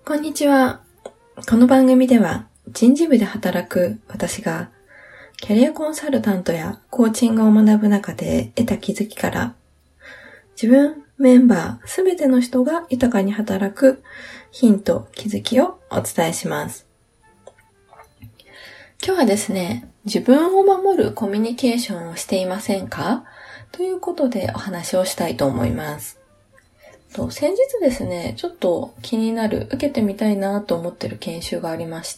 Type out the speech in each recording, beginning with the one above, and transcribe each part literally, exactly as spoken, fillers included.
こんにちは。この番組では人事部で働く私がキャリアコンサルタントやコーチングを学ぶ中で得た気づきから自分、メンバー、すべての人が豊かに働くヒント、気づきをお伝えします。今日はですね、自分を守るコミュニケーションをしていませんか？ということでお話をしたいと思います。先日ですね、ちょっと気になる、受けてみたいなと思ってる研修がありまして、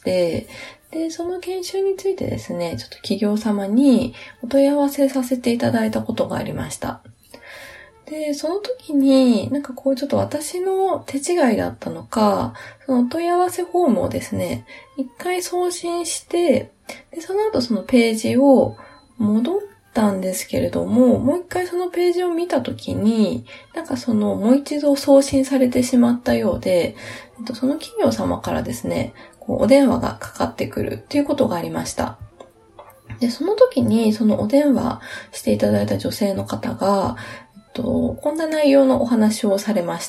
で、その研修についてですね、ちょっと企業様にお問い合わせさせていただいたことがありました。で、その時に、なんかこうちょっと私の手違いだったのか、その問い合わせフォームをですね、一回送信して、で、その後そのページを戻ったんですけれども、もう一回そのページを見たときに、なんかそのもう一度送信されてしまったようで、その企業様からですね、こうお電話がかかってくるっていうことがありました。で、その時にそのお電話していただいた女性の方が、えっと、こんな内容のお話をされました。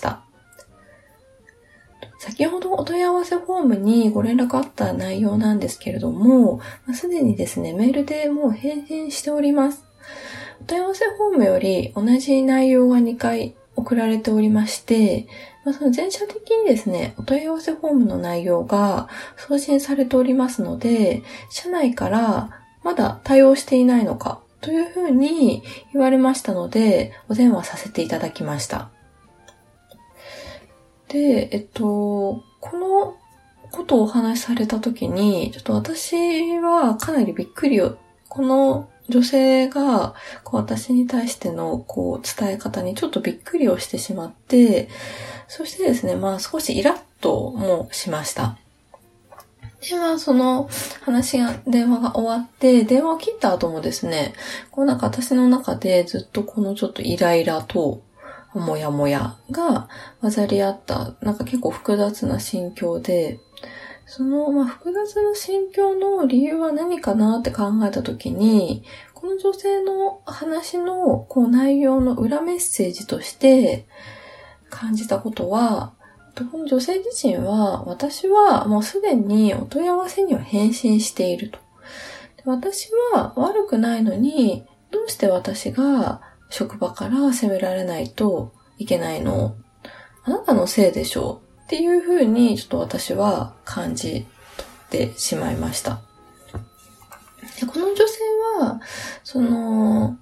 先ほどお問い合わせフォームにご連絡あった内容なんですけれども、すでにですね、メールでもう返信しております。お問い合わせフォームより同じ内容がにかい送られておりまして、その全社的にですね、お問い合わせフォームの内容が送信されておりますので、社内からまだ対応していないのかというふうに言われましたので、お電話させていただきました。で、えっと、このことをお話しされたときに、ちょっと私はかなりびっくりを、この女性がこう私に対してのこう伝え方にちょっとびっくりをしてしまって、そしてですね、まあ少しイラッともしました。で、まあその話が、電話が終わって、電話を切った後もですね、こうなんか私の中でずっとこのちょっとイライラと、もやもやが混ざり合った、なんか結構複雑な心境で、その、まあ、複雑な心境の理由は何かなって考えたときに、この女性の話のこう内容の裏メッセージとして感じたことは、この女性自身は、私はもうすでにお問い合わせには返信していると。私は悪くないのに、どうして私が職場から責められないといけないの？あなたのせいでしょうっていうふうにちょっと私は感じ取ってしまいました。で、この女性は、その、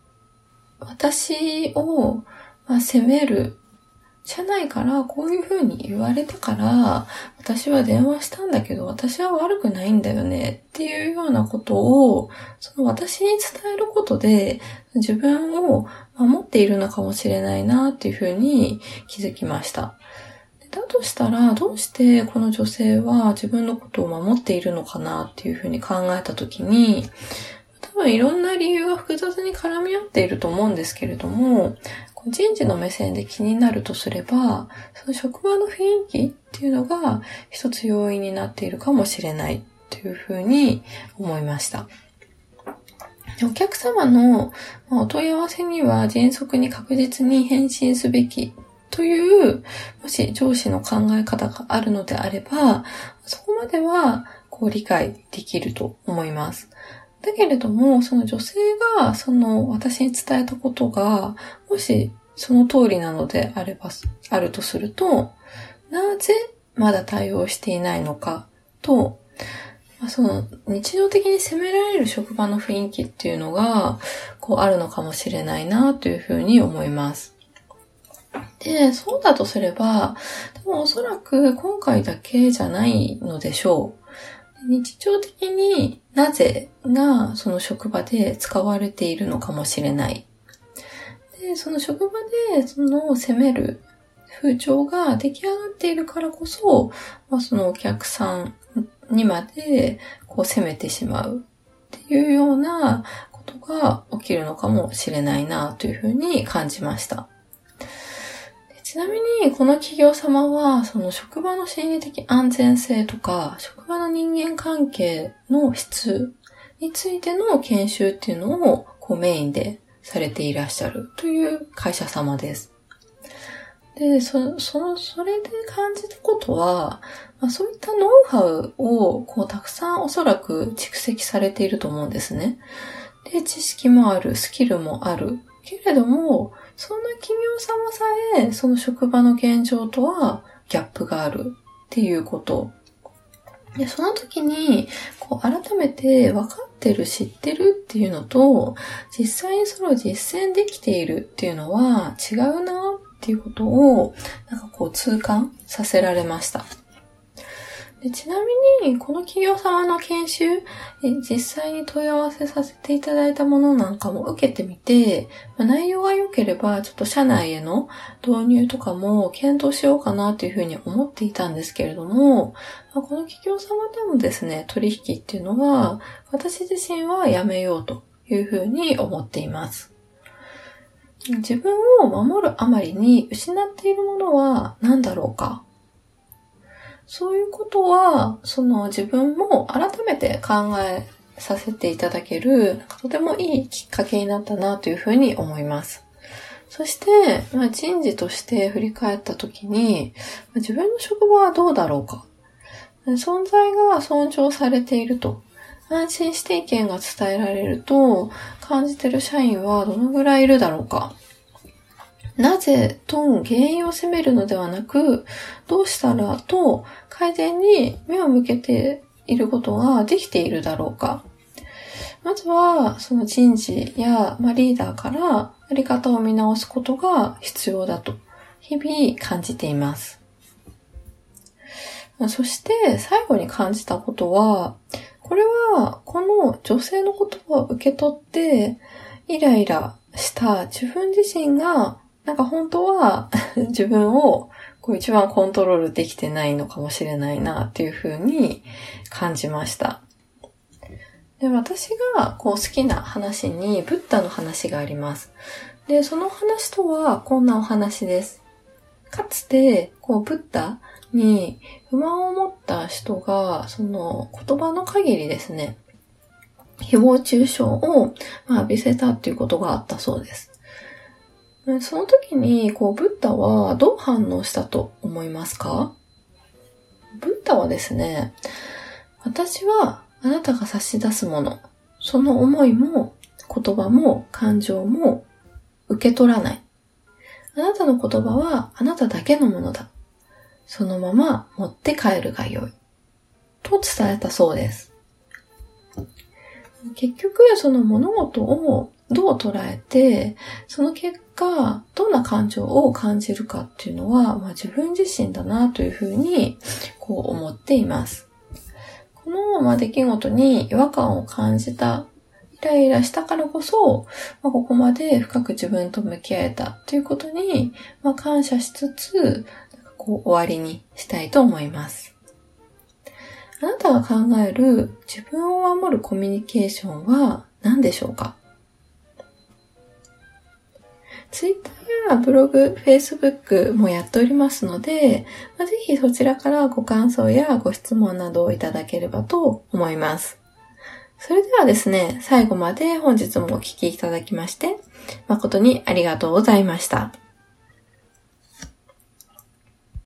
私を、まあ、責める、社内からこういうふうに言われたから、私は電話したんだけど、私は悪くないんだよねっていうようなことを、その私に伝えることで、自分を守っているのかもしれないなっていうふうに気づきました。だとしたら、どうしてこの女性は自分のことを守っているのかなっていうふうに考えたときに、多分いろんな理由が複雑に絡み合っていると思うんですけれども、人事の目線で気になるとすれば、その職場の雰囲気っていうのが一つ要因になっているかもしれないというふうに思いました。お客様のお問い合わせには迅速に確実に返信すべきという、もし上司の考え方があるのであれば、そこまではこう理解できると思います。だけれども、その女性がその私に伝えたことが、もしその通りなのであれば、あるとすると、なぜまだ対応していないのかと、その日常的に責められる職場の雰囲気っていうのが、こうあるのかもしれないなというふうに思います。で、そうだとすれば、でもおそらく今回だけじゃないのでしょう。日常的になぜがその職場で使われているのかもしれない。で、その職場でその責める風潮が出来上がっているからこそ、まあ、そのお客さんにまでこう責めてしまうっていうようなことが起きるのかもしれないなというふうに感じました。ちなみに、この企業様は、その職場の心理的安全性とか、職場の人間関係の質についての研修っていうのをこうメインでされていらっしゃるという会社様です。 で、そ、その、それで感じたことは、まあ、そういったノウハウを、こう、たくさんおそらく蓄積されていると思うんですね。で、知識もある、スキルもある。けれども、そんな企業様さえ、その職場の現状とはギャップがあるっていうこと。で、その時に、こう、改めて分かってる、知ってるっていうのと、実際にそれを実践できているっていうのは違うなっていうことを、なんかこう、痛感させられました。で、ちなみに、この企業様の研修、実際に問い合わせさせていただいたものなんかも受けてみて、まあ、内容が良ければ、ちょっと社内への導入とかも検討しようかなというふうに思っていたんですけれども、まあ、この企業様とのですね、取引っていうのは、私自身はやめようというふうに思っています。自分を守るあまりに失っているものは何だろうか。そういうことは、その自分も改めて考えさせていただける、とてもいいきっかけになったなというふうに思います。そして、まあ、人事として振り返ったときに、自分の職場はどうだろうか。存在が尊重されていると、安心して意見が伝えられると感じている社員はどのぐらいいるだろうか。なぜと原因を責めるのではなく、どうしたらと改善に目を向けていることができているだろうか。まずはその人事や、まあ、リーダーからやり方を見直すことが必要だと日々感じています。そして最後に感じたことは、これはこの女性の言葉を受け取ってイライラした自分自身がなんか本当は自分をこう一番コントロールできてないのかもしれないなっていうふうに感じました。で、私がこう好きな話にブッダの話があります。で、その話とはこんなお話です。かつてこうブッダに不満を持った人がその言葉の限りですね、誹謗中傷を浴びせたっていうことがあったそうです。その時に、こう、ブッダはどう反応したと思いますか？ブッダはですね、私はあなたが差し出すもの、その思いも言葉も感情も受け取らない。あなたの言葉はあなただけのものだ。そのまま持って帰るがよい。と伝えたそうです。結局、その物事をどう捉えて、その結果、どんな感情を感じるかっていうのは、まあ、自分自身だなというふうにこう思っています。この、まあ、出来事に違和感を感じた、イライラしたからこそ、まあ、ここまで深く自分と向き合えたということに、まあ、感謝しつつ、こう終わりにしたいと思います。あなたが考える自分を守るコミュニケーションは何でしょうか？ツイッターやブログ、フェイスブックもやっておりますので、まあ、ぜひそちらからご感想やご質問などをいただければと思います。それではですね、最後まで本日もお聞きいただきまして、誠にありがとうございました。